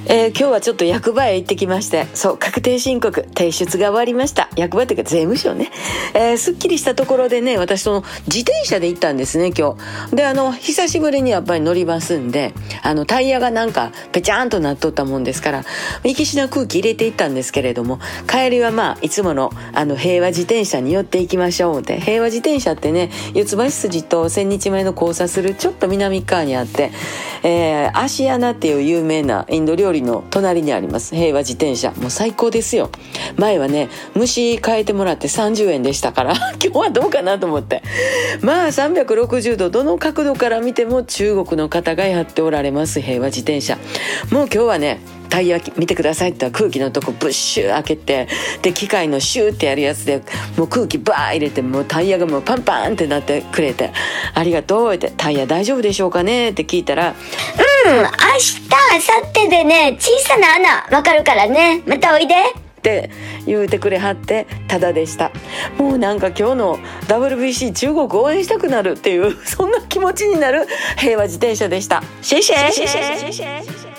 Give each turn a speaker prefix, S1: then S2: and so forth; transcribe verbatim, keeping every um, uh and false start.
S1: えー、今日はちょっと役場へ行ってきまして、そう確定申告提出が終わりました。役場というか税務署ね、えー、すっきりしたところでね、私その自転車で行ったんですね今日で。あの久しぶりにやっぱり乗りますんで、あのタイヤがなんかペチャーンとなっとったもんですから、いきしな空気入れていったんですけれども、帰りはまあいつものあの平和自転車に寄っていきましょうって。平和自転車ってね、四つ橋筋と千日前の交差するちょっと南側にあって、えー、アシアナっていう有名なインド料理の隣にあります平和自転車。もう最高ですよ。前はね虫変えてもらってさんじゅうえんでしたから今日はどうかなと思って、まあさんびゃくろくじゅうどどの角度から見ても中国の方がやっておられます平和自転車。もう今日はねタイヤ見てくださいって言ったら空気のとこブッシュ開けて、で機械のシューってやるやつでもう空気バー入れて、もうタイヤがもうパンパンってなってくれて、ありがとうって、タイヤ大丈夫でしょうかねって聞いたら、
S2: うん、明日明後日でね小さな穴わかるからね、またおいで
S1: って言うてくれはって、ただでした。もうなんか今日の ダブリュービーシー 中国応援したくなるっていう、そんな気持ちになる平和自転車でした。シェイシェイ。